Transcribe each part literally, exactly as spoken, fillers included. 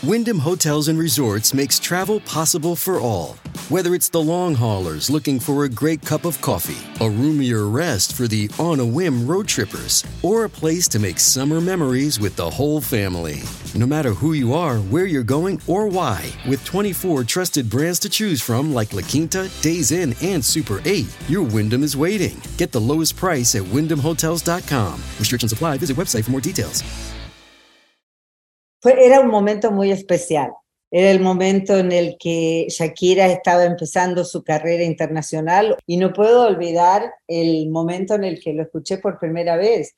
Wyndham Hotels and Resorts makes travel possible for all. Whether it's the long haulers looking for a great cup of coffee, a roomier rest for the on-a-whim road trippers, or a place to make summer memories with the whole family. No matter who you are, where you're going, or why, with twenty-four trusted brands to choose from like La Quinta, Days Inn, and Super eight, your Wyndham is waiting. Get the lowest price at wyndham hotels dot com. Restrictions apply. Visit website for more details. Fue, era un momento muy especial. Era el momento en el que Shakira estaba empezando su carrera internacional y no puedo olvidar el momento en el que lo escuché por primera vez.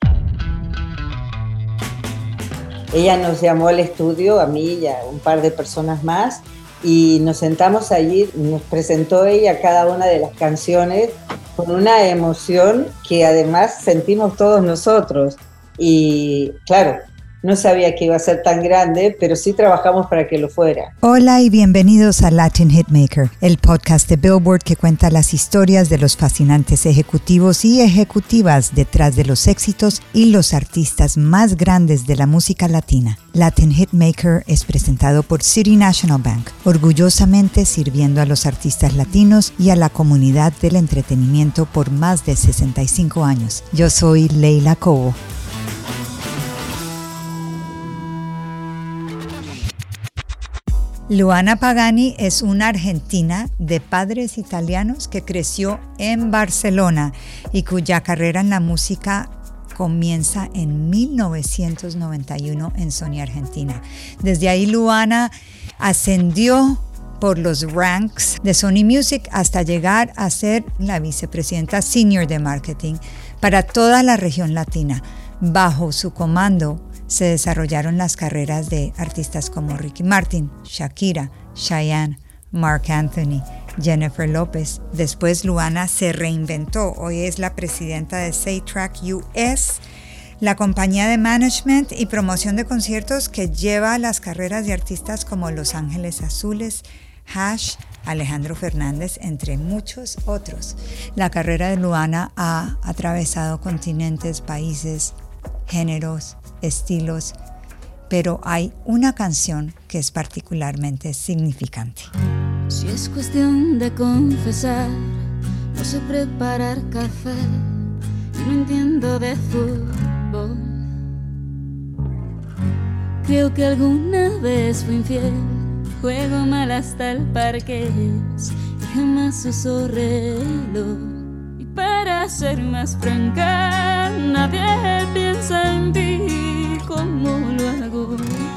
Ella nos llamó al estudio, a mí y a un par de personas más, y nos sentamos allí, nos presentó ella cada una de las canciones con una emoción que además sentimos todos nosotros. Y claro, no sabía que iba a ser tan grande, pero sí trabajamos para que lo fuera. Hola y bienvenidos a Latin Hitmaker, el podcast de Billboard que cuenta las historias de los fascinantes ejecutivos y ejecutivas detrás de los éxitos y los artistas más grandes de la música latina. Latin Hitmaker es presentado por City National Bank, orgullosamente sirviendo a los artistas latinos y a la comunidad del entretenimiento por más de sesenta y cinco años. Yo soy Leila Cobo. Luana Pagani es una argentina de padres italianos que creció en Barcelona y cuya carrera en la música comienza en mil novecientos noventa y uno en Sony Argentina. Desde ahí Luana ascendió por los ranks de Sony Music hasta llegar a ser la vicepresidenta senior de marketing para toda la región latina. Bajo su comando se desarrollaron las carreras de artistas como Ricky Martin, Shakira, Chayanne, Marc Anthony, Jennifer López. Después Luana se reinventó. Hoy es la presidenta de SayTrack U S, la compañía de management y promoción de conciertos que lleva las carreras de artistas como Los Ángeles Azules, Hash, Alejandro Fernández, entre muchos otros. La carrera de Luana ha atravesado continentes, países, géneros, estilos, pero hay una canción que es particularmente significante. Si es cuestión de confesar, no sé preparar café y no entiendo de fútbol. Creo que alguna vez fui infiel, juego mal hasta el parqués y jamás uso reloj. Y para ser más franca, nadie piensa en ti como lo hago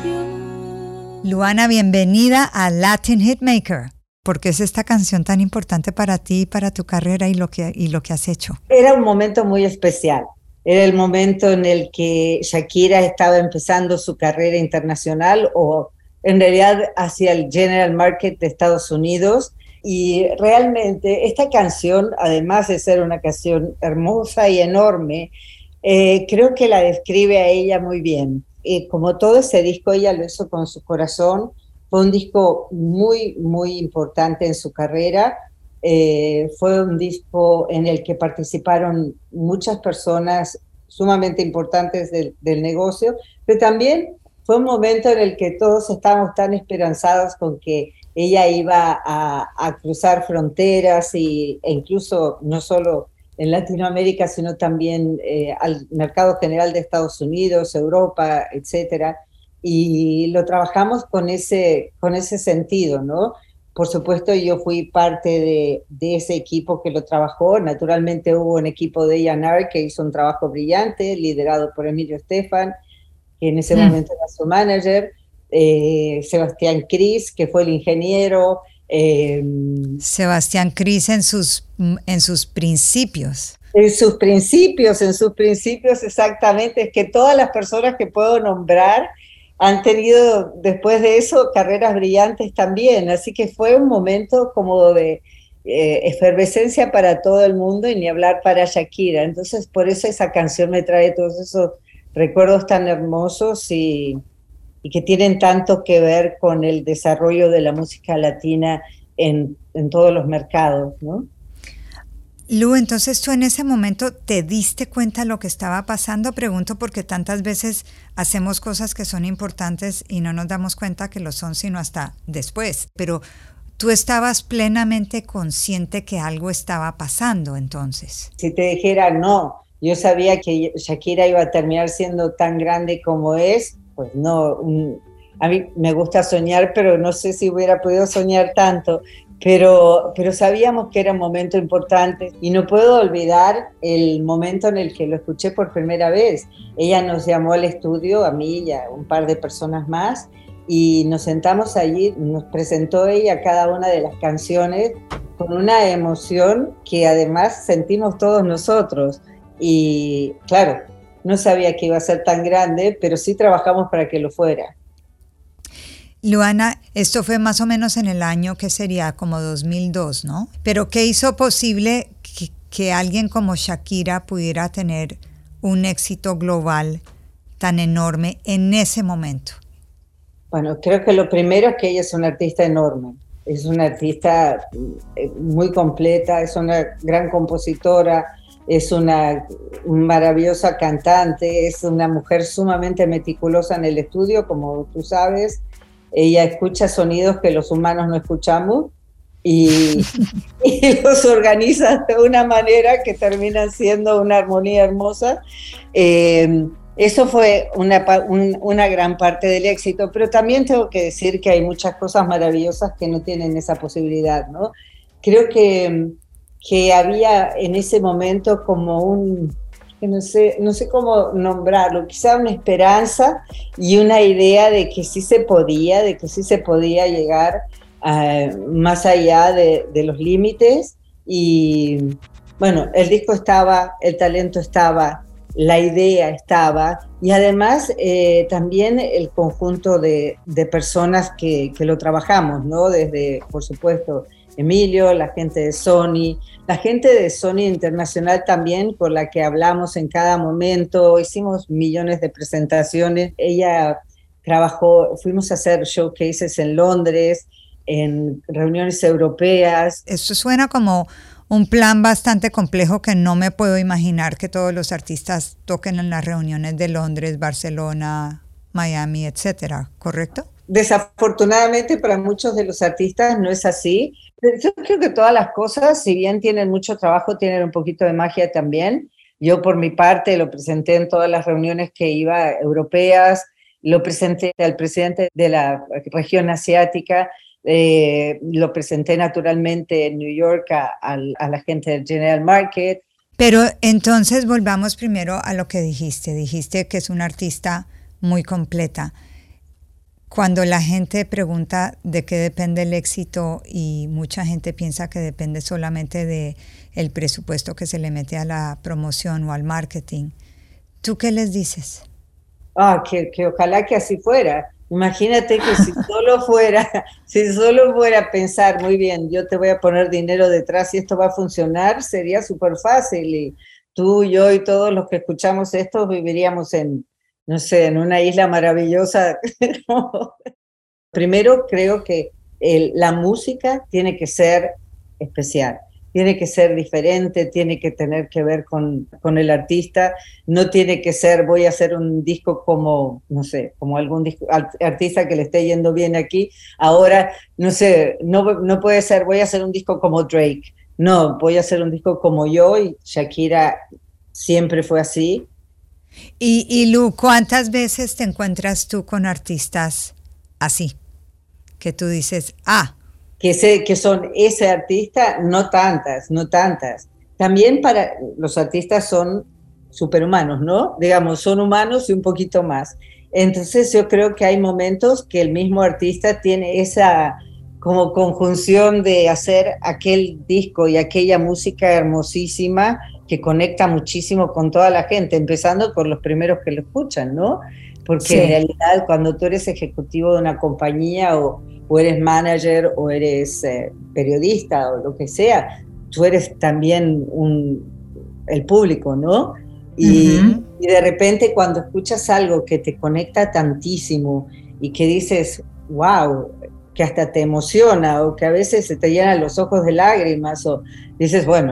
yo. Luana, bienvenida a Latin Hitmaker. ¿Por qué es esta canción tan importante para ti, para tu carrera y lo que, y lo que has hecho? Era un momento muy especial. Era el momento en el que Shakira estaba empezando su carrera internacional, o en realidad hacia el general market de Estados Unidos. Y realmente esta canción, además de ser una canción hermosa y enorme, eh, creo que la describe a ella muy bien. Eh, como todo ese disco, ella lo hizo con su corazón. Fue un disco muy, muy importante en su carrera. Eh, fue un disco en el que participaron muchas personas sumamente importantes del, del negocio, pero también fue un momento en el que todos estábamos tan esperanzados con que ella iba a, a cruzar fronteras y, e incluso no solo en Latinoamérica, sino también eh, al mercado general de Estados Unidos, Europa, etcétera. Y lo trabajamos con ese, con ese sentido, ¿no? Por supuesto, yo fui parte de, de ese equipo que lo trabajó. Naturalmente hubo un equipo de A and R que hizo un trabajo brillante, liderado por Emilio Estefan, que en ese mm. momento era su manager. Eh, Sebastián Cris, que fue el ingeniero. Eh, Sebastián Cris en sus, en sus principios. En sus principios, en sus principios exactamente. Es que todas las personas que puedo nombrar han tenido después de eso carreras brillantes también. Así que fue un momento como de eh, efervescencia para todo el mundo y ni hablar para Shakira. Entonces por eso esa canción me trae todos esos recuerdos tan hermosos y... y que tienen tanto que ver con el desarrollo de la música latina en, en todos los mercados, ¿no? Lu, entonces tú en ese momento te diste cuenta de lo que estaba pasando. Pregunto porque tantas veces hacemos cosas que son importantes y no nos damos cuenta que lo son sino hasta después. Pero tú estabas plenamente consciente que algo estaba pasando entonces. Si te dijera no, yo sabía que Shakira iba a terminar siendo tan grande como es, pues no. Un, a mí me gusta soñar, pero no sé si hubiera podido soñar tanto. Pero, pero sabíamos que era un momento importante y no puedo olvidar el momento en el que lo escuché por primera vez. Ella nos llamó al estudio, a mí y a un par de personas más, y nos sentamos allí, nos presentó ella cada una de las canciones con una emoción que además sentimos todos nosotros. Y claro, no sabía que iba a ser tan grande, pero sí trabajamos para que lo fuera. Luana, esto fue más o menos en el año que sería como dos mil dos, ¿no? Pero ¿qué hizo posible que, que alguien como Shakira pudiera tener un éxito global tan enorme en ese momento? Bueno, creo que lo primero es que ella es una artista enorme. Es una artista muy completa, es una gran compositora, es una maravillosa cantante, es una mujer sumamente meticulosa en el estudio, como tú sabes. Ella escucha sonidos que los humanos no escuchamos y, y los organiza de una manera que termina siendo una armonía hermosa. Eh, eso fue una, un, una gran parte del éxito, pero también tengo que decir que hay muchas cosas maravillosas que no tienen esa posibilidad, ¿no? Creo que, que había en ese momento como un... que no sé, no sé cómo nombrarlo, quizá una esperanza y una idea de que sí se podía, de que sí se podía llegar uh, más allá de, de los límites. Y bueno, el disco estaba, el talento estaba, la idea estaba, y además eh, también el conjunto de, de personas que, que lo trabajamos, ¿no? Desde, por supuesto, Emilio, la gente de Sony, la gente de Sony Internacional también, con la que hablamos en cada momento, hicimos millones de presentaciones. Ella trabajó, fuimos a hacer showcases en Londres, en reuniones europeas. Esto suena como un plan bastante complejo que no me puedo imaginar que todos los artistas toquen en las reuniones de Londres, Barcelona, Miami, etcétera, ¿correcto? Desafortunadamente para muchos de los artistas no es así. Yo creo que todas las cosas, si bien tienen mucho trabajo, tienen un poquito de magia también. Yo por mi parte lo presenté en todas las reuniones que iba europeas, lo presenté al presidente de la región asiática, eh, lo presenté naturalmente en New York a, a, a la gente del General Market. Pero entonces volvamos primero a lo que dijiste. Dijiste que es una artista muy completa. Cuando la gente pregunta de qué depende el éxito y mucha gente piensa que depende solamente de el presupuesto que se le mete a la promoción o al marketing, ¿tú qué les dices? Ah, que, que ojalá que así fuera. Imagínate que si solo fuera, si solo fuera pensar, muy bien, yo te voy a poner dinero detrás y esto va a funcionar, sería súper fácil. Y tú, yo y todos los que escuchamos esto viviríamos en, no sé, en una isla maravillosa. Primero creo que el, la música tiene que ser especial, tiene que ser diferente, tiene que tener que ver con, con el artista, no tiene que ser, voy a hacer un disco como, no sé, como algún disco, artista que le esté yendo bien aquí, ahora, no sé, no, no puede ser, voy a hacer un disco como Drake, no, voy a hacer un disco como yo, y Shakira siempre fue así. Y, y Lu, ¿cuántas veces te encuentras tú con artistas así? Que tú dices, ah, que, sé, que son ese artista, no tantas, no tantas. También para los artistas son superhumanos, ¿no? Digamos, son humanos y un poquito más. Entonces yo creo que hay momentos que el mismo artista tiene esa como conjunción de hacer aquel disco y aquella música hermosísima que conecta muchísimo con toda la gente, empezando por los primeros que lo escuchan, ¿no? Porque sí, en realidad cuando tú eres ejecutivo de una compañía o o eres manager o eres eh, periodista o lo que sea, tú eres también un, el público, ¿no? Y, uh-huh. y de repente cuando escuchas algo que te conecta tantísimo y que dices, wow, que hasta te emociona o que a veces se te llenan los ojos de lágrimas o dices, bueno,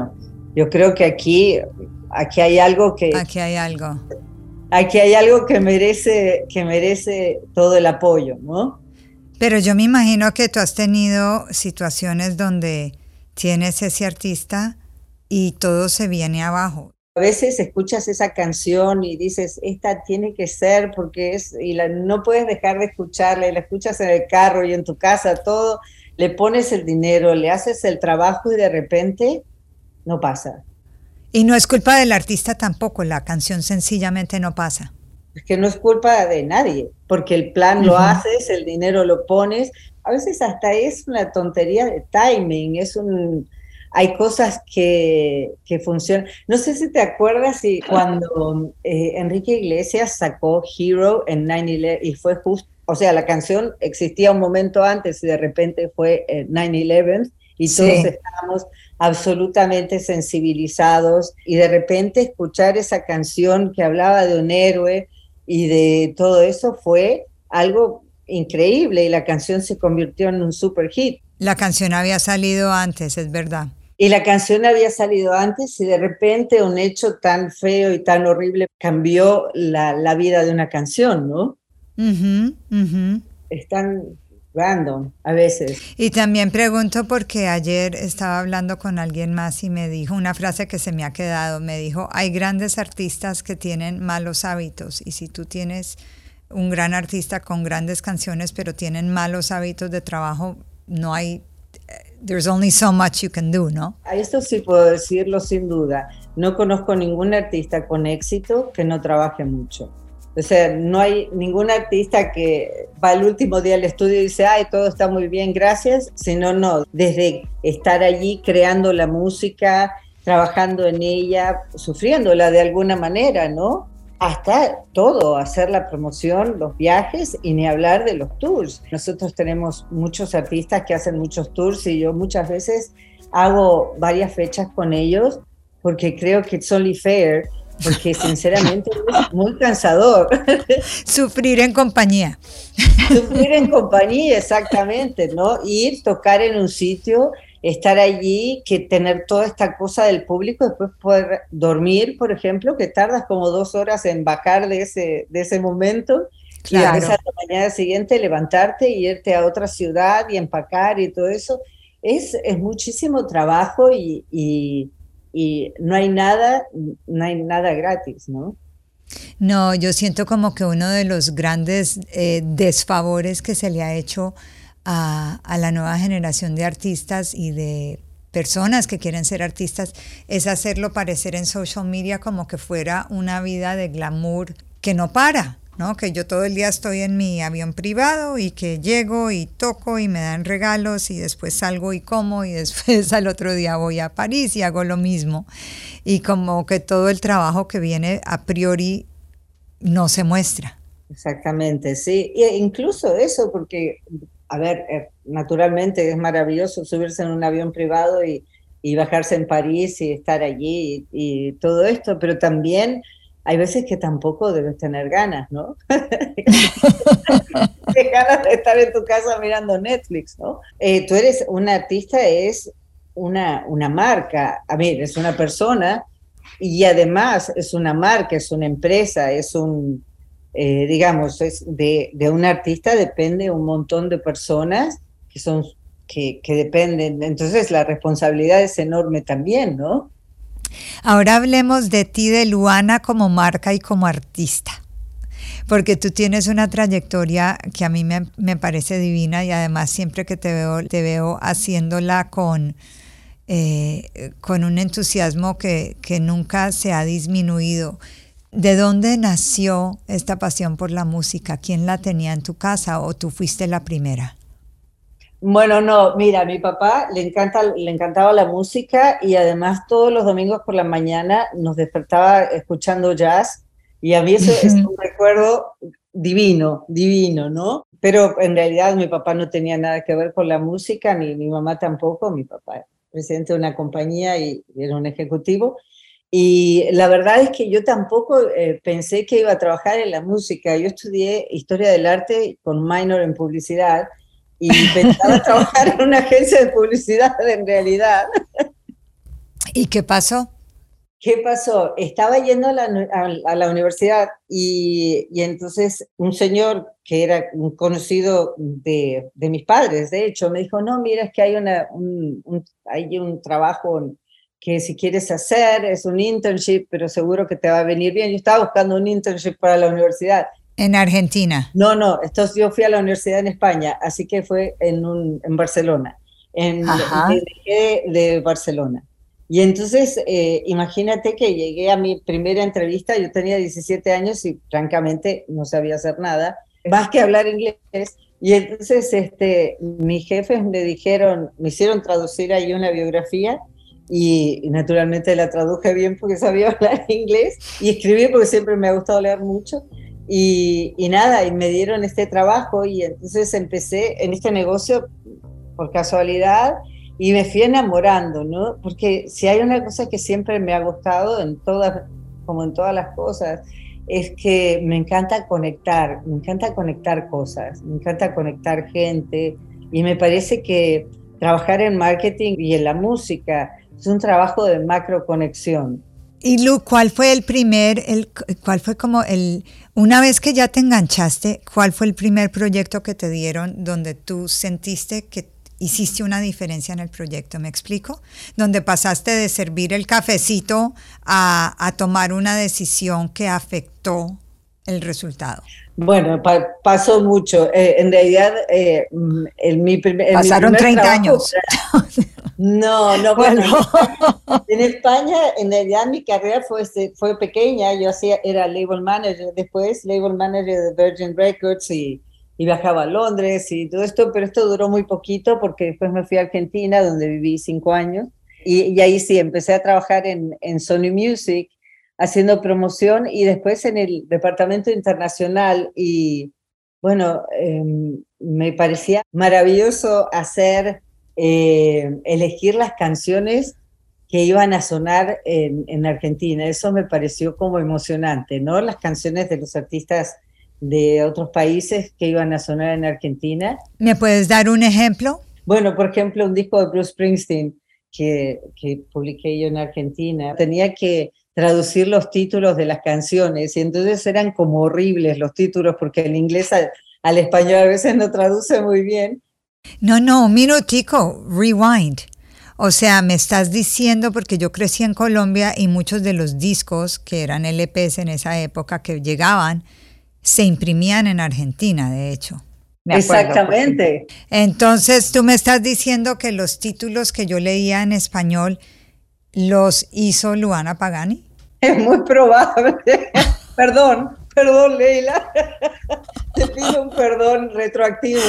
Yo creo que aquí, aquí hay algo que... Aquí hay algo. Aquí hay algo que merece, que merece todo el apoyo, ¿no? Pero yo me imagino que tú has tenido situaciones donde tienes ese artista y todo se viene abajo. A veces escuchas esa canción y dices, esta tiene que ser porque es, y la, no puedes dejar de escucharla, y la escuchas en el carro y en tu casa, todo, le pones el dinero, le haces el trabajo y de repente no pasa. Y no es culpa del artista tampoco, la canción sencillamente no pasa. Es que no es culpa de nadie, porque el plan uh-huh. lo haces, el dinero lo pones, a veces hasta es una tontería de timing, es un... Hay cosas que, que funcionan. No sé si te acuerdas si cuando eh, Enrique Iglesias sacó Hero en nueve once y fue justo, o sea, la canción existía un momento antes y de repente fue eh, nueve once y sí. todos estábamos absolutamente sensibilizados y de repente escuchar esa canción que hablaba de un héroe y de todo eso fue algo increíble y la canción se convirtió en un super hit. La canción había salido antes, es verdad. Y la canción había salido antes y de repente un hecho tan feo y tan horrible cambió la, la vida de una canción, ¿no? Uh-huh, uh-huh. Es tan random a veces. Y también pregunto porque ayer estaba hablando con alguien más y me dijo una frase que se me ha quedado, me dijo, hay grandes artistas que tienen malos hábitos y si tú tienes un gran artista con grandes canciones pero tienen malos hábitos de trabajo, no hay, there's only so much you can do, ¿no? A esto sí puedo decirlo sin duda. No conozco ningún artista con éxito que no trabaje mucho. O sea, no hay ningún artista que va el último día al estudio y dice, ay, todo está muy bien, gracias. Sino, no, desde estar allí creando la música, trabajando en ella, sufriéndola de alguna manera, ¿no? Hasta todo, hacer la promoción, los viajes y ni hablar de los tours. Nosotros tenemos muchos artistas que hacen muchos tours y yo muchas veces hago varias fechas con ellos porque creo que it's only fair, porque sinceramente es muy cansador. Sufrir en compañía. Sufrir en compañía, exactamente, ¿no? Ir, tocar en un sitio, estar allí, que tener toda esta cosa del público, después poder dormir, por ejemplo, que tardas como dos horas en bajar de ese, de ese momento, claro. Y a la mañana siguiente levantarte y irte a otra ciudad y empacar y todo eso. Es, es muchísimo trabajo y, y, y no hay nada, no hay nada gratis, ¿no? No, yo siento como que uno de los grandes eh, desfavores que se le ha hecho A, a la nueva generación de artistas y de personas que quieren ser artistas es hacerlo parecer en social media como que fuera una vida de glamour que no para, ¿no? Que yo todo el día estoy en mi avión privado y que llego y toco y me dan regalos y después salgo y como y después al otro día voy a París y hago lo mismo y como que todo el trabajo que viene a priori no se muestra. Exactamente, sí, e incluso eso porque a ver, eh, naturalmente es maravilloso subirse en un avión privado y, y bajarse en París y estar allí y, y todo esto, pero también hay veces que tampoco debes tener ganas, ¿no? Ganas de estar en tu casa mirando Netflix, ¿no? Eh, tú eres una artista, es una, una marca, a ver, es una persona y además es una marca, es una empresa, es un... Eh, digamos, es de, de un artista depende un montón de personas que son que, que dependen, entonces la responsabilidad es enorme también, ¿no? Ahora hablemos de ti, de Luana, como marca y como artista, porque tú tienes una trayectoria que a mí me, me parece divina y además siempre que te veo, te veo haciéndola con, eh, con un entusiasmo que, que nunca se ha disminuido. ¿De dónde nació esta pasión por la música? ¿Quién la tenía en tu casa o tú fuiste la primera? Bueno, no, mira, a mi papá le encanta, le encantaba la música y además todos los domingos por la mañana nos despertaba escuchando jazz y a mí eso uh-huh. es un recuerdo divino, divino, ¿no? Pero en realidad mi papá no tenía nada que ver con la música, ni mi mamá tampoco. Mi papá era presidente de una compañía y era un ejecutivo. Y la verdad es que yo tampoco eh, pensé que iba a trabajar en la música. Yo estudié Historia del Arte con minor en publicidad y pensaba trabajar en una agencia de publicidad en realidad. ¿Y qué pasó? ¿Qué pasó? Estaba yendo a la, a, a la universidad y, y entonces un señor que era un conocido de, de mis padres, de hecho, me dijo, no, mira, es que hay, una, un, un, hay un trabajo que si quieres hacer, es un internship, pero seguro que te va a venir bien. Yo estaba buscando un internship para la universidad. ¿En Argentina? No, no, esto, yo fui a la universidad en España, así que fue en, un, en Barcelona, en el de, de Barcelona. Y entonces, eh, imagínate que llegué a mi primera entrevista, yo tenía diecisiete años y francamente no sabía hacer nada, más que hablar inglés. Y entonces este, mis jefes me dijeron, me hicieron traducir ahí una biografía y, y naturalmente la traduje bien porque sabía hablar inglés y escribir porque siempre me ha gustado leer mucho. Y, y nada, y me dieron este trabajo y entonces empecé en este negocio por casualidad. Y me fui enamorando, ¿no? Porque si hay una cosa que siempre me ha gustado, en todas, como en todas las cosas, es que me encanta conectar, me encanta conectar cosas, me encanta conectar gente, y me parece que trabajar en marketing y en la música es un trabajo de macro conexión. Y Lu, ¿cuál fue el primer, el, cuál fue como el, una vez que ya te enganchaste, cuál fue el primer proyecto que te dieron donde tú sentiste que hiciste una diferencia en el proyecto? ¿Me explico? Donde pasaste de servir el cafecito a, a tomar una decisión que afectó el resultado. Bueno, pa pasó mucho. Eh, en realidad, eh, en mi, prim en Pasaron mi primer treinta trabajo, años. No, no, bueno, bueno. en España, en realidad mi carrera fue, fue pequeña. Yo hacía, era label manager, después label manager de Virgin Records y y viajaba a Londres y todo esto, pero esto duró muy poquito porque después me fui a Argentina, donde viví cinco años, y, y ahí sí, empecé a trabajar en, en Sony Music, haciendo promoción, y después en el departamento internacional, y bueno, eh, me parecía maravilloso hacer, eh, elegir las canciones que iban a sonar en, en Argentina. Eso me pareció como emocionante, ¿no? Las canciones de los artistas de otros países que iban a sonar en Argentina. ¿Me puedes dar un ejemplo? Bueno, por ejemplo, un disco de Bruce Springsteen que, que publiqué yo en Argentina. Tenía que traducir los títulos de las canciones y entonces eran como horribles los títulos porque el inglés al, al español a veces no traduce muy bien. No, no, un minutico, rewind. O sea, me estás diciendo, porque yo crecí en Colombia y muchos de los discos que eran L Pes en esa época que llegaban, se imprimían en Argentina, de hecho. Me Exactamente. Entonces, tú me estás diciendo que los títulos que yo leía en español los hizo Luana Pagani. Es muy probable. Perdón, perdón, Leila. Te pido un perdón retroactivo.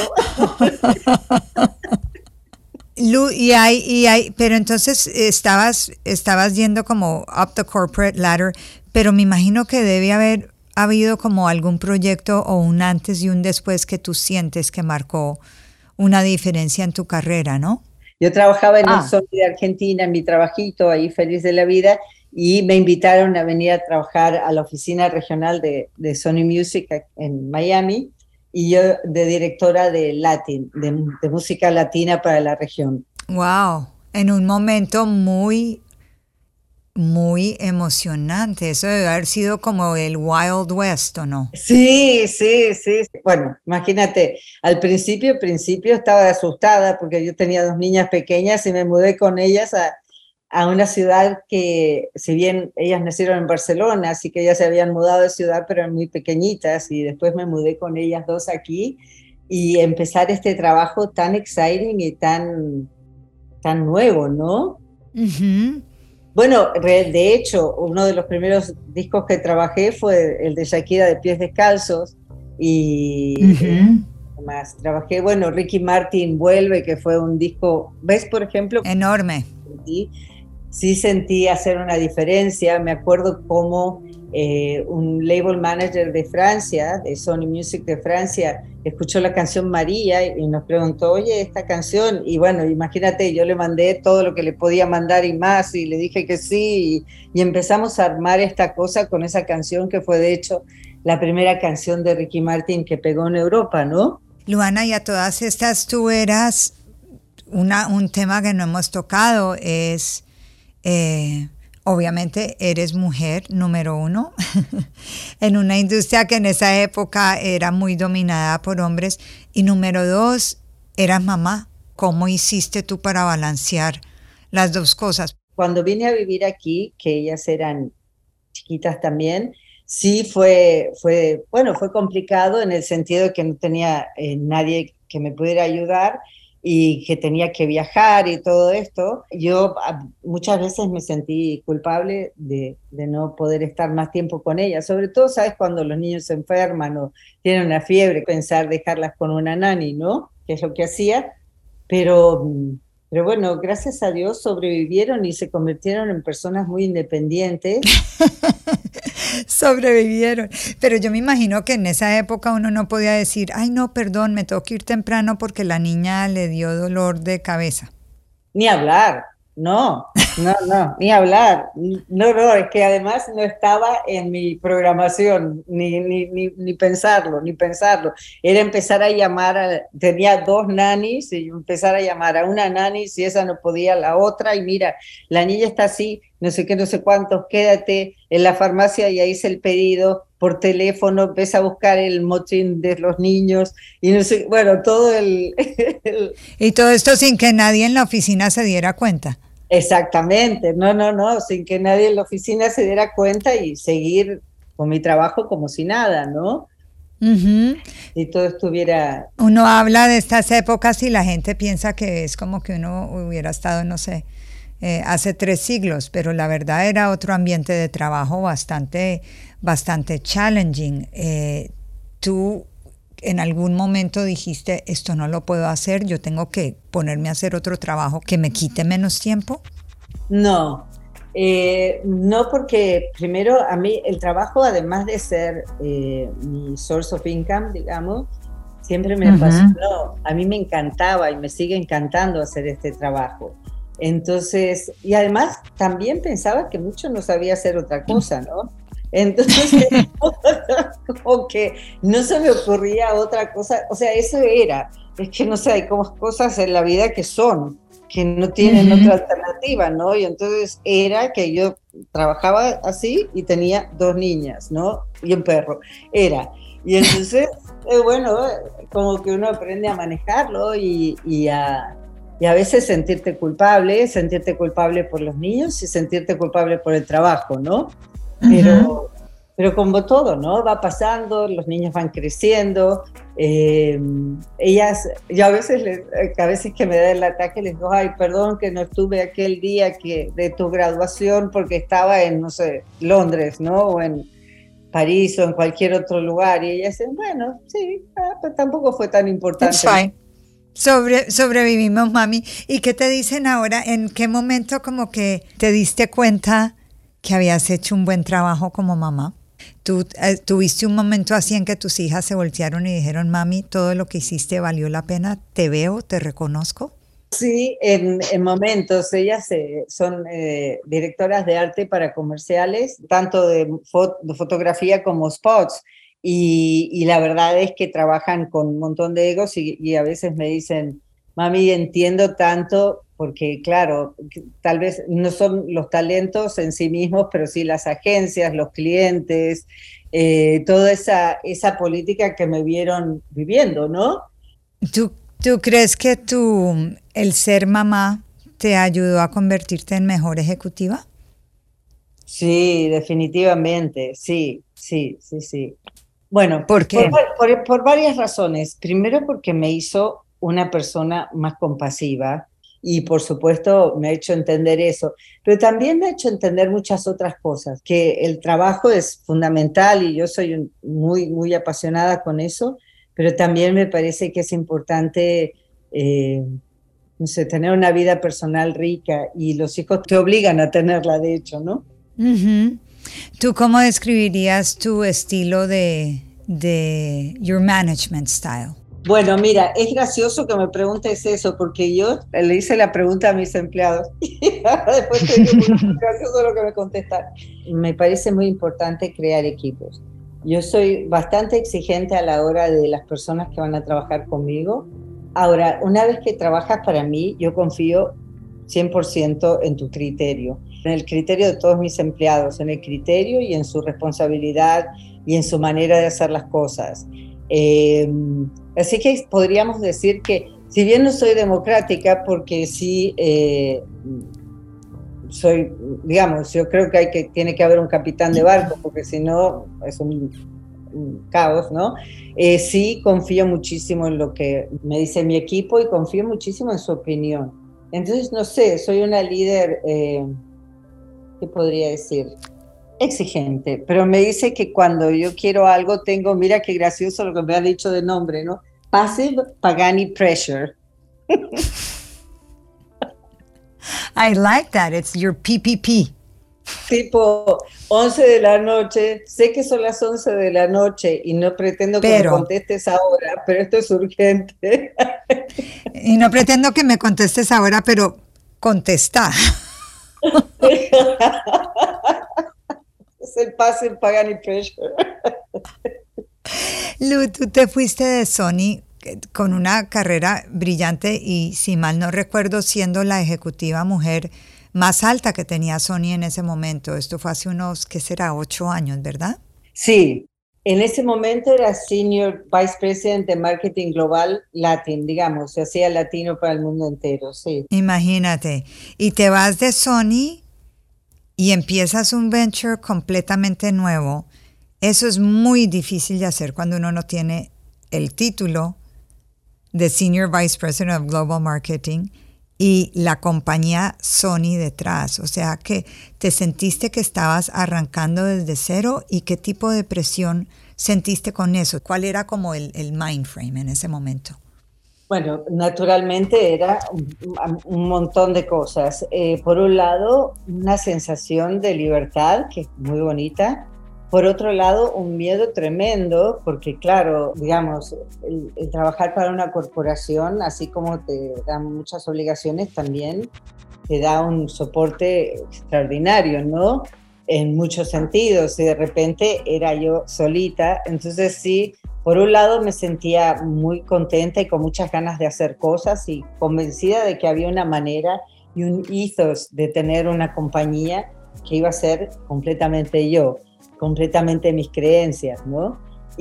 Lu, y hay, y hay, pero entonces estabas, estabas yendo como up the corporate ladder, pero me imagino que debe haber ¿Ha habido como algún proyecto o un antes y un después que tú sientes que marcó una diferencia en tu carrera, no? Yo trabajaba en ah. el Sony de Argentina, en mi trabajito, ahí feliz de la vida, y me invitaron a venir a trabajar a la oficina regional de, de Sony Music en Miami, y yo de directora de Latin, de, de música latina para la región. ¡Wow! En un momento muy... muy emocionante. Eso debe haber sido como el Wild West, ¿o no? Sí, sí, sí. Bueno, imagínate, al principio, principio estaba asustada porque yo tenía dos niñas pequeñas y me mudé con ellas a, a una ciudad que, si bien ellas nacieron en Barcelona, así que ellas se habían mudado de ciudad, pero eran muy pequeñitas, y después me mudé con ellas dos aquí y empezar este trabajo tan exciting y tan, tan nuevo, ¿no? Uh-huh. Bueno, de hecho, uno de los primeros discos que trabajé fue el de Shakira de Pies Descalzos y uh-huh. más trabajé, bueno, Ricky Martin Vuelve, que fue un disco, ¿ves, por ejemplo? Enorme. Sí, sí sentí hacer una diferencia. Me acuerdo cómo eh, un label manager de Francia, de Sony Music de Francia, escuchó la canción María y nos preguntó, oye, esta canción, y bueno, imagínate, yo le mandé todo lo que le podía mandar y más, y le dije que sí, y, y empezamos a armar esta cosa con esa canción que fue de hecho la primera canción de Ricky Martin que pegó en Europa, ¿no? Luana, y a todas estas tú eras, una, un tema que no hemos tocado es Eh, obviamente eres mujer, número uno, en una industria que en esa época era muy dominada por hombres. Y número dos, eras mamá. ¿Cómo hiciste tú para balancear las dos cosas? Cuando vine a vivir aquí, que ellas eran chiquitas también, sí fue, fue, bueno, fue complicado en el sentido de que no tenía eh, nadie que me pudiera ayudar y que tenía que viajar y todo esto. Yo a, muchas veces me sentí culpable de, de no poder estar más tiempo con ellas, sobre todo, ¿sabes? Cuando los niños se enferman o tienen una fiebre, pensar dejarlas con una nani, ¿no? Que es lo que hacía, pero... Pero bueno, gracias a Dios sobrevivieron y se convirtieron en personas muy independientes. Sobrevivieron. Pero yo me imagino que en esa época uno no podía decir, ay no, perdón, me tengo que ir temprano porque la niña le dio dolor de cabeza. Ni hablar, no, no, no, ni hablar. No, no, es que además no estaba en mi programación, ni, ni, ni, ni pensarlo, ni pensarlo. Era empezar a llamar, a, tenía dos nanis, y empezar a llamar a una nani, si esa no podía, la otra, y mira, la niña está así, no sé qué, no sé cuántos, quédate en la farmacia y ahí hice el pedido por teléfono, empieza a buscar el motín de los niños, y no sé, bueno, todo el... el... Y todo esto sin que nadie en la oficina se diera cuenta. Exactamente, no, no, no, sin que nadie en la oficina se diera cuenta y seguir con mi trabajo como si nada, ¿no? Uh-huh. Si todo estuviera... Uno habla de estas épocas y la gente piensa que es como que uno hubiera estado, no sé, eh, hace tres siglos, pero la verdad era otro ambiente de trabajo bastante, bastante challenging. Eh, tú en algún momento dijiste, esto no lo puedo hacer, yo tengo que ponerme a hacer otro trabajo que me quite menos tiempo. No, eh, no, porque primero a mí el trabajo, además de ser eh, mi source of income, digamos, siempre me uh-huh. apasionó. A mí me encantaba y me sigue encantando hacer este trabajo. Entonces, y además también pensaba que mucho no sabía hacer otra cosa, ¿no? Entonces, como que no se me ocurría otra cosa, o sea, eso era, es que no sé, hay como cosas en la vida que son, que no tienen uh-huh. otra alternativa, ¿no? Y entonces era que yo trabajaba así y tenía dos niñas, ¿no? Y un perro, era. Y entonces, eh, bueno, como que uno aprende a manejarlo y, y a... Y a veces sentirte culpable, sentirte culpable por los niños y sentirte culpable por el trabajo, ¿no? Pero, uh-huh. pero como todo, ¿no? Va pasando, los niños van creciendo. Eh, ellas, yo a veces, les, a veces que me da el ataque les digo, ay, perdón que no estuve aquel día que, de tu graduación porque estaba en, no sé, Londres, ¿no? O en París o en cualquier otro lugar. Y ellas dicen, bueno, sí, ah, pero tampoco fue tan importante. It's fine. Sobre, sobrevivimos, mami. ¿Y qué te dicen ahora? ¿En qué momento como que te diste cuenta que habías hecho un buen trabajo como mamá? ¿Tú eh, tuviste un momento así en que tus hijas se voltearon y dijeron, mami, todo lo que hiciste valió la pena? ¿Te veo? ¿Te reconozco? Sí, en, en momentos. Ellas eh, son eh, directoras de arte para comerciales, tanto de, fo- de fotografía como spots. Y, y la verdad es que trabajan con un montón de egos y, y a veces me dicen, mami, entiendo tanto, porque claro, tal vez no son los talentos en sí mismos, pero sí las agencias, los clientes, eh, toda esa, esa política que me vieron viviendo, ¿no? ¿Tú, tú crees que tu, el ser mamá te ayudó a convertirte en mejor ejecutiva? Sí, definitivamente, sí, sí, sí, sí. Bueno, ¿por qué? Por, por, por varias razones. Primero porque me hizo una persona más compasiva y por supuesto me ha hecho entender eso, pero también me ha hecho entender muchas otras cosas, que el trabajo es fundamental y yo soy un, muy, muy apasionada con eso, pero también me parece que es importante, eh, no sé, tener una vida personal rica y los hijos te obligan a tenerla, de hecho, ¿no? Uh-huh. ¿Tú cómo describirías tu estilo de, de your management style? Bueno, mira, es gracioso que me preguntes eso, porque yo le hice la pregunta a mis empleados y después te digo, muy gracioso lo que me contestaron. Me parece muy importante crear equipos. Yo soy bastante exigente a la hora de las personas que van a trabajar conmigo. Ahora, una vez que trabajas para mí, yo confío cien por ciento en tu criterio. en el criterio de todos mis empleados, en el criterio y en su responsabilidad y en su manera de hacer las cosas. Eh, así que podríamos decir que, si bien no soy democrática, porque sí eh, soy, digamos, yo creo que, hay que tiene que haber un capitán de barco, porque si no es un, un caos, ¿no? Eh, sí confío muchísimo en lo que me dice mi equipo y confío muchísimo en su opinión. Entonces, no sé, soy una líder, eh, ¿qué podría decir? Exigente, pero me dice que cuando yo quiero algo tengo, mira qué gracioso lo que me ha dicho de nombre, ¿no? Passive Pagani Pressure. I like that, it's your P P P. Tipo once de la noche, sé que son las once de la noche y no pretendo que pero, me contestes ahora, pero esto es urgente. Y no pretendo que me contestes ahora, pero contesta. Es el Passive Pagani Pressure. Lu, tú te fuiste de Sony con una carrera brillante y, si mal no recuerdo, siendo la ejecutiva mujer más alta que tenía Sony en ese momento. Esto fue hace unos, ¿qué será? Ocho años, ¿verdad? Sí, en ese momento era Senior Vice President de Marketing Global Latin, digamos, se hacía latino para el mundo entero, sí. Imagínate, y te vas de Sony y empiezas un venture completamente nuevo. Eso es muy difícil de hacer cuando uno no tiene el título de Senior Vice President of Global Marketing y la compañía Sony detrás. O sea, que te sentiste que estabas arrancando desde cero, y qué tipo de presión sentiste con eso. ¿Cuál era como el, el mind frame en ese momento? Bueno, naturalmente era un, un montón de cosas. Eh, por un lado, una sensación de libertad, que es muy bonita. Por otro lado, un miedo tremendo, porque claro, digamos, el, el trabajar para una corporación, así como te dan muchas obligaciones, también te da un soporte extraordinario, ¿no? En muchos sentidos, y de repente era yo solita. Entonces sí, por un lado me sentía muy contenta y con muchas ganas de hacer cosas y convencida de que había una manera y un ethos de tener una compañía que iba a ser completamente yo, completamente mis creencias, ¿no?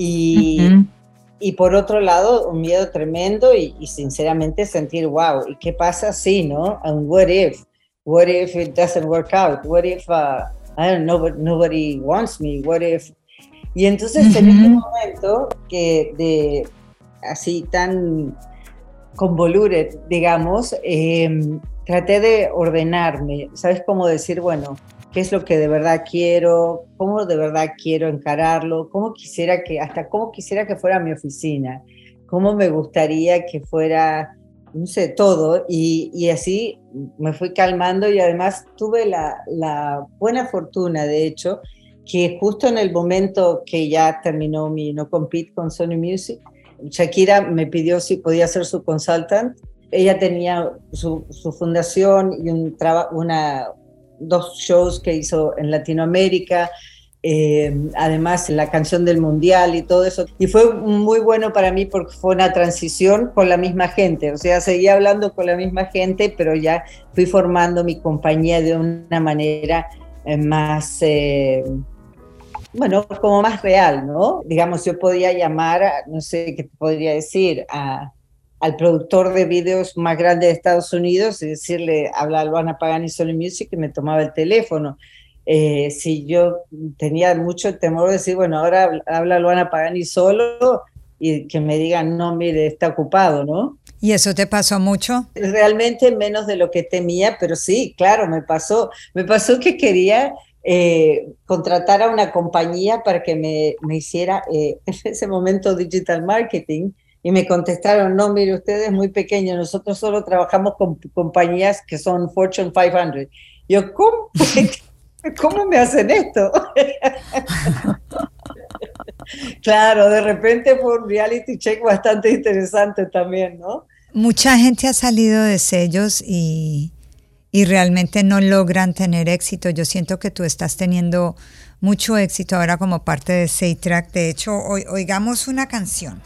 Y, uh-huh. y por otro lado, un miedo tremendo y, y sinceramente sentir, wow, ¿y qué pasa si, no? And what if? What if it doesn't work out? What if, uh, I don't know, nobody wants me? What if? Y entonces uh-huh. en este momento que de así tan convoluted, digamos, eh, traté de ordenarme, ¿sabes? Cómo decir, bueno, qué es lo que de verdad quiero, cómo de verdad quiero encararlo, cómo quisiera que, hasta cómo quisiera que fuera mi oficina, cómo me gustaría que fuera, no sé, todo, y, y así me fui calmando y además tuve la, la buena fortuna, de hecho, que justo en el momento que ya terminó mi no compete con Sony Music, Shakira me pidió si podía ser su consultant. Ella tenía su, su fundación y un traba, una dos shows que hizo en Latinoamérica, eh, además la canción del Mundial y todo eso, y fue muy bueno para mí porque fue una transición con la misma gente, o sea, seguía hablando con la misma gente, pero ya fui formando mi compañía de una manera eh, más, eh, bueno, como más real, ¿no? Digamos, yo podía llamar, a, no sé qué te podría decir, a al productor de videos más grande de Estados Unidos y decirle, habla Luana Pagani Sony Music, y me tomaba el teléfono. Eh, si yo tenía mucho temor de decir, bueno, ahora habla Luana Pagani solo, y que me digan, no, mire, está ocupado, ¿no? ¿Y eso te pasó mucho? Realmente menos de lo que temía, pero sí, claro, me pasó. Me pasó que quería eh, contratar a una compañía para que me, me hiciera, eh, en ese momento, digital marketing. Y me contestaron, no, mire, usted es muy pequeño, nosotros solo trabajamos con compañías que son Fortune quinientos. Yo, ¿cómo? ¿Cómo me hacen esto? Claro, de repente fue un reality check bastante interesante también, ¿no? Mucha gente ha salido de sellos y, y realmente no logran tener éxito. Yo siento que tú estás teniendo mucho éxito ahora como parte de SayTrack. De hecho, hoy, oigamos una canción.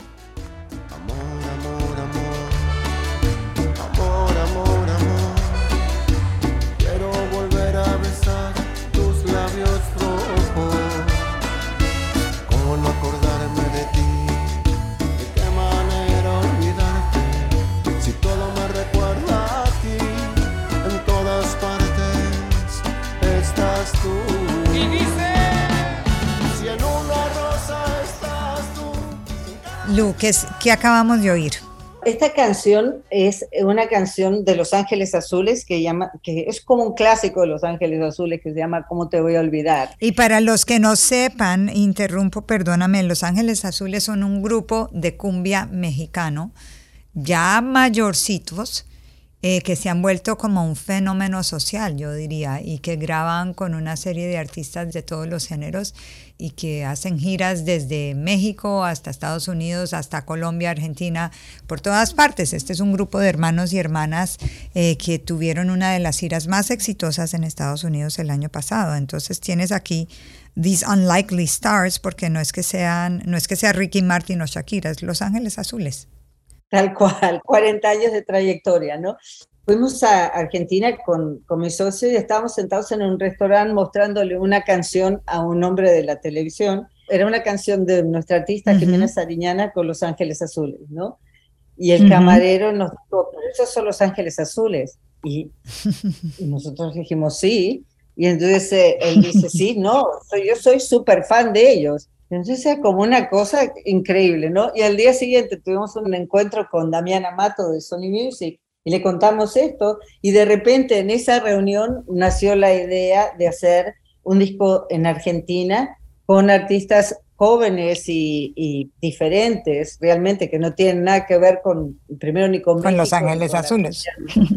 Lu, ¿qué, es, ¿qué acabamos de oír? Esta canción es una canción de Los Ángeles Azules que, llama, que es como un clásico de Los Ángeles Azules que se llama ¿Cómo te voy a olvidar? Y para los que no sepan, interrumpo, perdóname, Los Ángeles Azules son un grupo de cumbia mexicano, ya mayorcitos, eh, que se han vuelto como un fenómeno social, yo diría, y que graban con una serie de artistas de todos los géneros y que hacen giras desde México hasta Estados Unidos, hasta Colombia, Argentina, por todas partes. Este es un grupo de hermanos y hermanas eh, que tuvieron una de las giras más exitosas en Estados Unidos el año pasado. Entonces tienes aquí These Unlikely Stars, porque no es que sean, no es que sea Ricky Martin o Shakira, es Los Ángeles Azules. Tal cual, cuarenta años de trayectoria, ¿no? Fuimos a Argentina con, con mi socio y estábamos sentados en un restaurante mostrándole una canción a un hombre de la televisión. Era una canción de nuestra artista uh-huh. Jimena Sariñana con Los Ángeles Azules, ¿no? Y el uh-huh. camarero nos dijo, pero esos son Los Ángeles Azules. Y, y nosotros dijimos, sí. Y entonces eh, él dice, sí, no, soy, yo soy súper fan de ellos. Entonces era como una cosa increíble, ¿no? Y al día siguiente tuvimos un encuentro con Damián Amato de Sony Music y le contamos esto y de repente en esa reunión nació la idea de hacer un disco en Argentina con artistas jóvenes y, y diferentes, realmente, que no tienen nada que ver con, primero ni con, con México, Los Ángeles con Azules.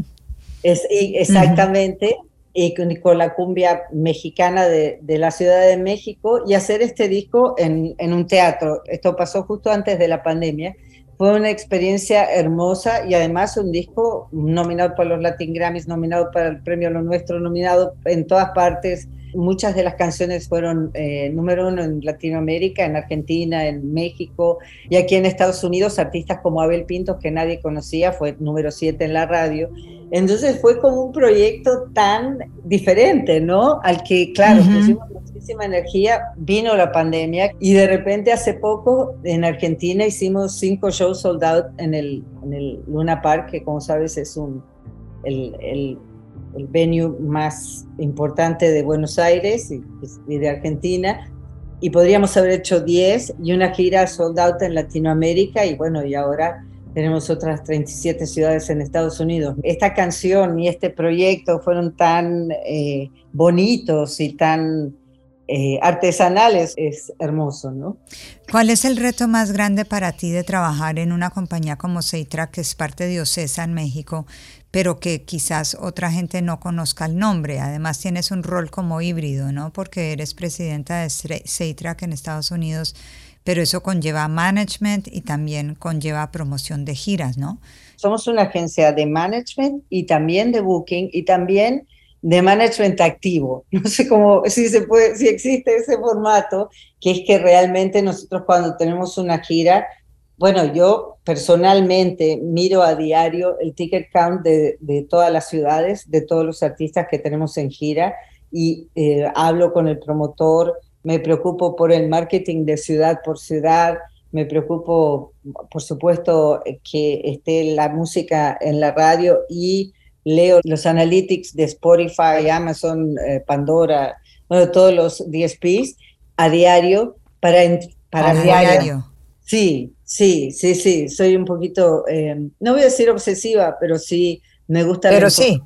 Es, y exactamente. Uh-huh. Y con, con la cumbia mexicana de, de la Ciudad de México y hacer este disco en, en un teatro. Esto pasó justo antes de la pandemia. Fue una experiencia hermosa y además un disco nominado para los Latin Grammys, nominado para el Premio Lo Nuestro, nominado en todas partes. Muchas de las canciones fueron eh, número uno en Latinoamérica, en Argentina, en México y aquí en Estados Unidos, artistas como Abel Pintos, que nadie conocía, fue número siete en la radio. Entonces fue como un proyecto tan diferente, ¿no? Al que, claro, uh-huh. pusimos muchísima energía, vino la pandemia y de repente hace poco en Argentina hicimos cinco shows sold out en el, en el Luna Park, que como sabes es un, el, el, el venue más importante de Buenos Aires y, y de Argentina. Y podríamos haber hecho diez y una gira sold out en Latinoamérica y bueno, y ahora tenemos otras treinta y siete ciudades en Estados Unidos. Esta canción y este proyecto fueron tan eh, bonitos y tan eh, artesanales, es hermoso, ¿no? ¿Cuál es el reto más grande para ti de trabajar en una compañía como Seitra, que es parte de Ocesa en México, pero que quizás otra gente no conozca el nombre? Además tienes un rol como híbrido, ¿no? Porque eres presidenta de Seitra en Estados Unidos, pero eso conlleva management y también conlleva promoción de giras, ¿no? Somos una agencia de management y también de booking y también de management activo. No sé cómo, si se puede, si existe ese formato, que es que realmente nosotros cuando tenemos una gira, bueno, yo personalmente miro a diario el ticket count de, de todas las ciudades, de todos los artistas que tenemos en gira y eh, hablo con el promotor. Me preocupo por el marketing de ciudad por ciudad, me preocupo, por supuesto, que esté la música en la radio y leo los analytics de Spotify, Amazon, eh, Pandora, bueno, todos los D S Ps a diario para... para a diario. diario. Sí, sí, sí, sí, soy un poquito, eh, no voy a decir obsesiva, pero sí me gusta... Pero sí.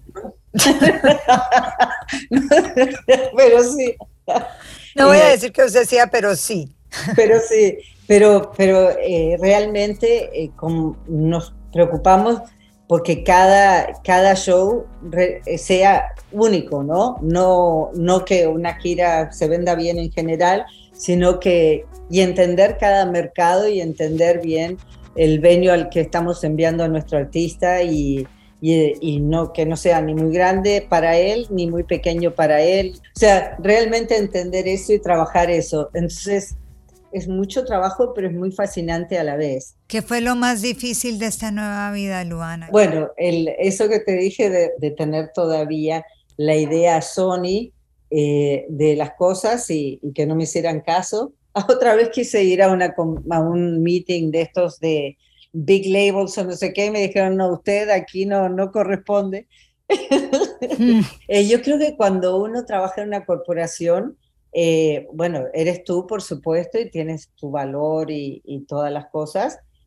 Pero sí. No voy a decir que usted decía, pero sí. Pero sí, pero, pero eh, realmente eh, como nos preocupamos porque cada, cada show re, sea único, ¿no? No, no que una gira se venda bien en general, sino que, y entender cada mercado y entender bien el venue al que estamos enviando a nuestro artista y Y, y no, que no sea ni muy grande para él, ni muy pequeño para él. O sea, realmente entender eso y trabajar eso. Entonces, es mucho trabajo, pero es muy fascinante a la vez. ¿Qué fue lo más difícil de esta nueva vida, Luana? Bueno, el, eso que te dije de, de tener todavía la idea Sony eh, de las cosas y, y que no me hicieran caso. Otra vez quise ir a, una, a un meeting de estos de big labels o no sé qué, y me dijeron, no, usted aquí no, no corresponde. Mm. eh, yo creo que cuando uno trabaja en una corporación, eh, bueno, eres tú, por supuesto, y tienes tu valor y, y todas las cosas,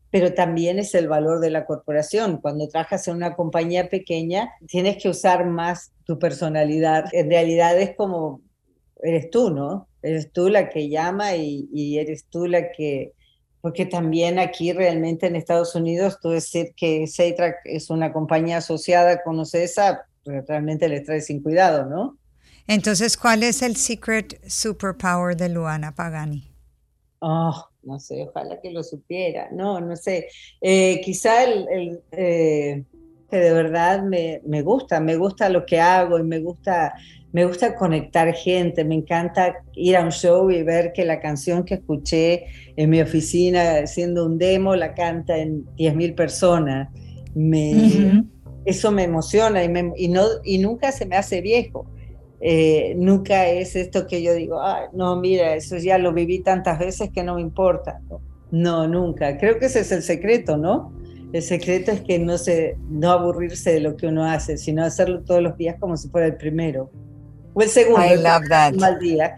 pero también es el valor de la corporación. Cuando trabajas en una compañía pequeña, tienes que usar más tu personalidad. En realidad es como, eres tú, ¿no? Eres tú la que llama y, y eres tú la que... Porque también aquí realmente en Estados Unidos, tú decir que SATRAC es una compañía asociada con OCESA, realmente les trae sin cuidado, ¿no? Entonces, ¿cuál es el secret superpower de Luana Pagani? Oh, no sé, ojalá que lo supiera. No, no sé. Eh, quizá el, el eh, que de verdad me, me gusta, me gusta lo que hago y me gusta, me gusta conectar gente. Me encanta ir a un show y ver que la canción que escuché en mi oficina siendo un demo la canta en diez mil personas. Me, uh-huh. Eso me emociona y, me, y, no, y nunca se me hace viejo. Eh, nunca es esto que yo digo, ah, no, mira, eso ya lo viví tantas veces que no me importa. No, no, nunca. Creo que ese es el secreto, ¿no? El secreto es que no, se, no aburrirse de lo que uno hace, sino hacerlo todos los días como si fuera el primero. O el segundo. I love that. Un mal día.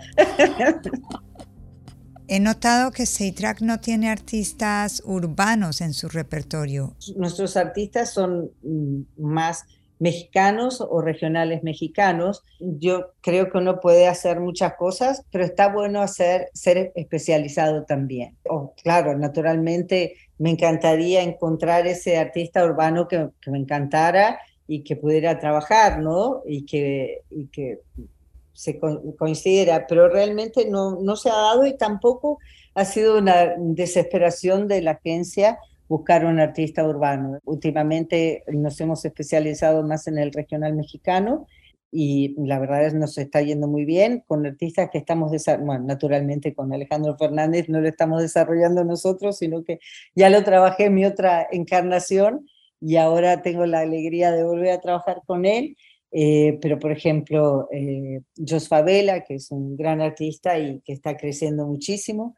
He notado que SATRAC no tiene artistas urbanos en su repertorio. Nuestros artistas son más mexicanos o regionales mexicanos. Yo creo que uno puede hacer muchas cosas, pero está bueno hacer, ser especializado también. Oh, claro, naturalmente me encantaría encontrar ese artista urbano que, que me encantara y que pudiera trabajar, ¿no? Y que, y que se co- coincidiera, pero realmente no, no se ha dado y tampoco ha sido una desesperación de la agencia buscar un artista urbano. Últimamente nos hemos especializado más en el regional mexicano y la verdad es que nos está yendo muy bien con artistas que estamos desarrollando, bueno, naturalmente con Alejandro Fernández no lo estamos desarrollando nosotros, sino que ya lo trabajé en mi otra encarnación y ahora tengo la alegría de volver a trabajar con él. Eh, pero por ejemplo, eh, Jos Favela, que es un gran artista y que está creciendo muchísimo,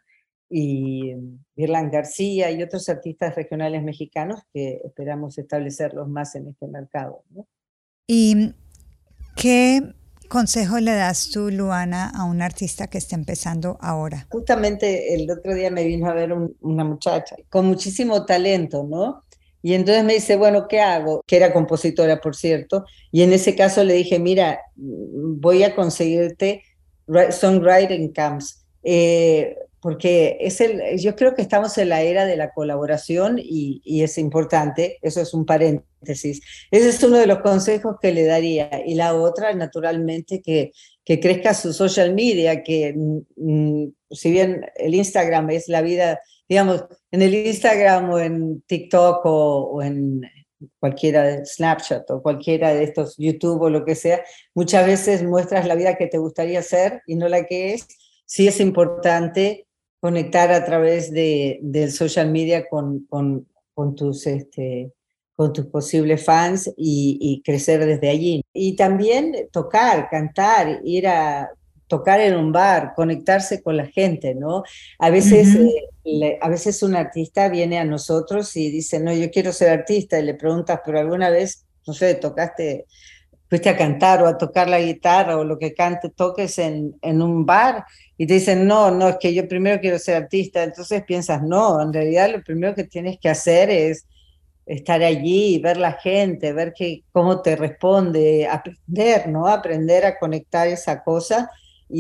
y Irland García y otros artistas regionales mexicanos que esperamos establecerlos más en este mercado, ¿no? ¿Y qué consejo le das tú, Luana, a un artista que está empezando ahora? Justamente el otro día me vino a ver un, una muchacha con muchísimo talento, ¿no? Y entonces me dice, bueno, ¿qué hago? Que era compositora, por cierto, y en ese caso le dije, mira, voy a conseguirte songwriting camps, eh, porque es el, yo creo que estamos en la era de la colaboración y, y es importante, eso es un paréntesis. Ese es uno de los consejos que le daría. Y la otra, naturalmente, que, que crezca su social media, que mm, si bien el Instagram es la vida, digamos, en el Instagram o en TikTok o, o en cualquiera de Snapchat o cualquiera de estos YouTube o lo que sea, muchas veces muestras la vida que te gustaría ser y no la que es. Sí es importante conectar a través de, del social media con, con, con, tus, este, con tus posibles fans y, y crecer desde allí. Y también tocar, cantar, ir a tocar en un bar, conectarse con la gente, ¿no? A veces, uh-huh. eh, le, a veces un artista viene a nosotros y dice, no, yo quiero ser artista, y le preguntas, pero alguna vez, no sé, tocaste, fuiste a cantar o a tocar la guitarra o lo que cante, toques en, en un bar, y te dicen, no, no, es que yo primero quiero ser artista. Entonces piensas, no, en realidad lo primero que tienes que hacer es estar allí, ver la gente, ver que, cómo te responde, aprender, ¿no? Aprender a conectar esa cosa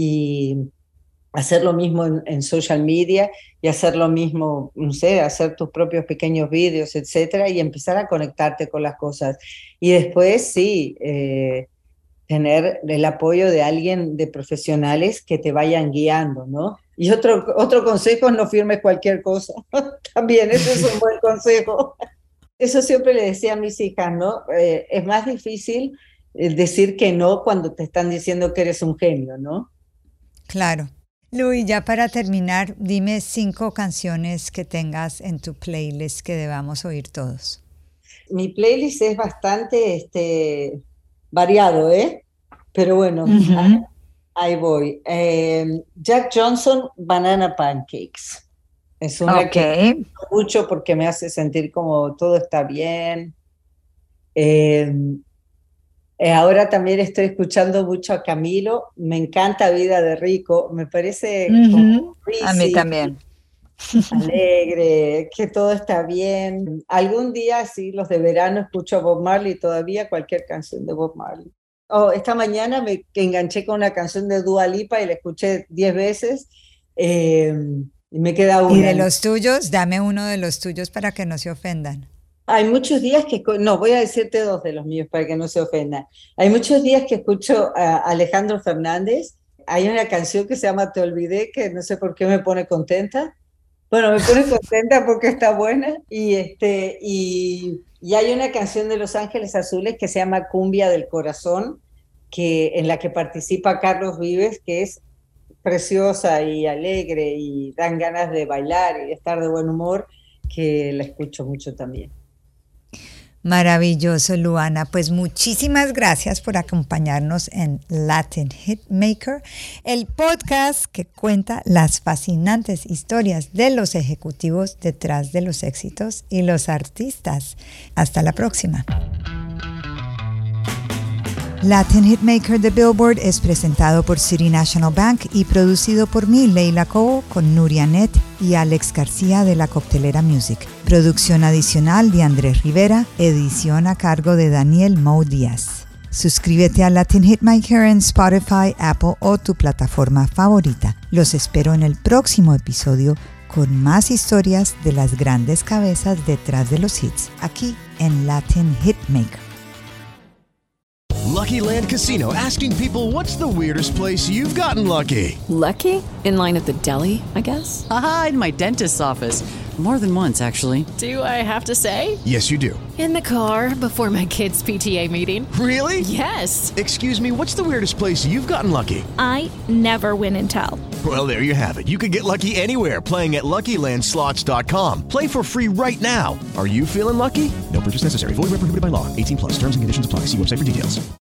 y hacer lo mismo en, en social media y hacer lo mismo, no sé, hacer tus propios pequeños vídeos, etcétera, y empezar a conectarte con las cosas. Y después, sí, eh, tener el apoyo de alguien, de profesionales que te vayan guiando, ¿no? Y otro, otro consejo, no firmes cualquier cosa. También, ese es un buen consejo. Eso siempre le decía a mis hijas, ¿no? Eh, es más difícil decir que no cuando te están diciendo que eres un genio, ¿no? Claro. Luis, ya para terminar, dime cinco canciones que tengas en tu playlist que debamos oír todos. Mi playlist es bastante este, variado, ¿eh? Pero bueno, uh-huh. ahí, ahí voy. Eh, Jack Johnson, Banana Pancakes. Es una okay. que me gusta mucho porque me hace sentir como todo está bien. Eh, eh, ahora también estoy escuchando mucho a Camilo. Me encanta Vida de Rico. Me parece uh-huh. como a mí también. alegre, que todo está bien. Algún día, sí, los de verano escucho a Bob Marley, todavía cualquier canción de Bob Marley. Oh, esta mañana me enganché con una canción de Dua Lipa y la escuché diez veces eh, y me queda una. Y de los tuyos, dame uno de los tuyos para que no se ofendan. Hay muchos días que, no, voy a decirte dos de los míos para que no se ofendan. Hay muchos días que escucho a Alejandro Fernández. Hay una canción que se llama Te Olvidé, que no sé por qué me pone contenta. Bueno, me pone contenta porque está buena. Y, este, y, y hay una canción de Los Ángeles Azules que se llama Cumbia del Corazón, que, en la que participa Carlos Vives, que es preciosa y alegre y dan ganas de bailar y de estar de buen humor, que la escucho mucho también. Maravilloso, Luana. Pues muchísimas gracias por acompañarnos en Latin Hitmaker, el podcast que cuenta las fascinantes historias de los ejecutivos detrás de los éxitos y los artistas. Hasta la próxima. Latin Hitmaker de Billboard es presentado por City National Bank y producido por mí, Leila Cobo, con Nuria Net y Alex García de la Coctelera Music. Producción adicional de Andrés Rivera, edición a cargo de Daniel Mo Díaz. Suscríbete a Latin Hitmaker en Spotify, Apple o tu plataforma favorita. Los espero en el próximo episodio con más historias de las grandes cabezas detrás de los hits, aquí en Latin Hitmaker. Lucky Land Casino, asking people, what's the weirdest place you've gotten lucky? Lucky? In line at the deli, I guess? Aha, in my dentist's office. More than once, actually. Do I have to say? Yes, you do. In the car before my kids' P T A meeting. Really? Yes. Excuse me, what's the weirdest place you've gotten lucky? I never win and tell. Well, there you have it. You can get lucky anywhere, playing at Lucky Land Slots dot com. Play for free right now. Are you feeling lucky? No purchase necessary. Void where prohibited by law. eighteen plus. Terms and conditions apply. See website for details.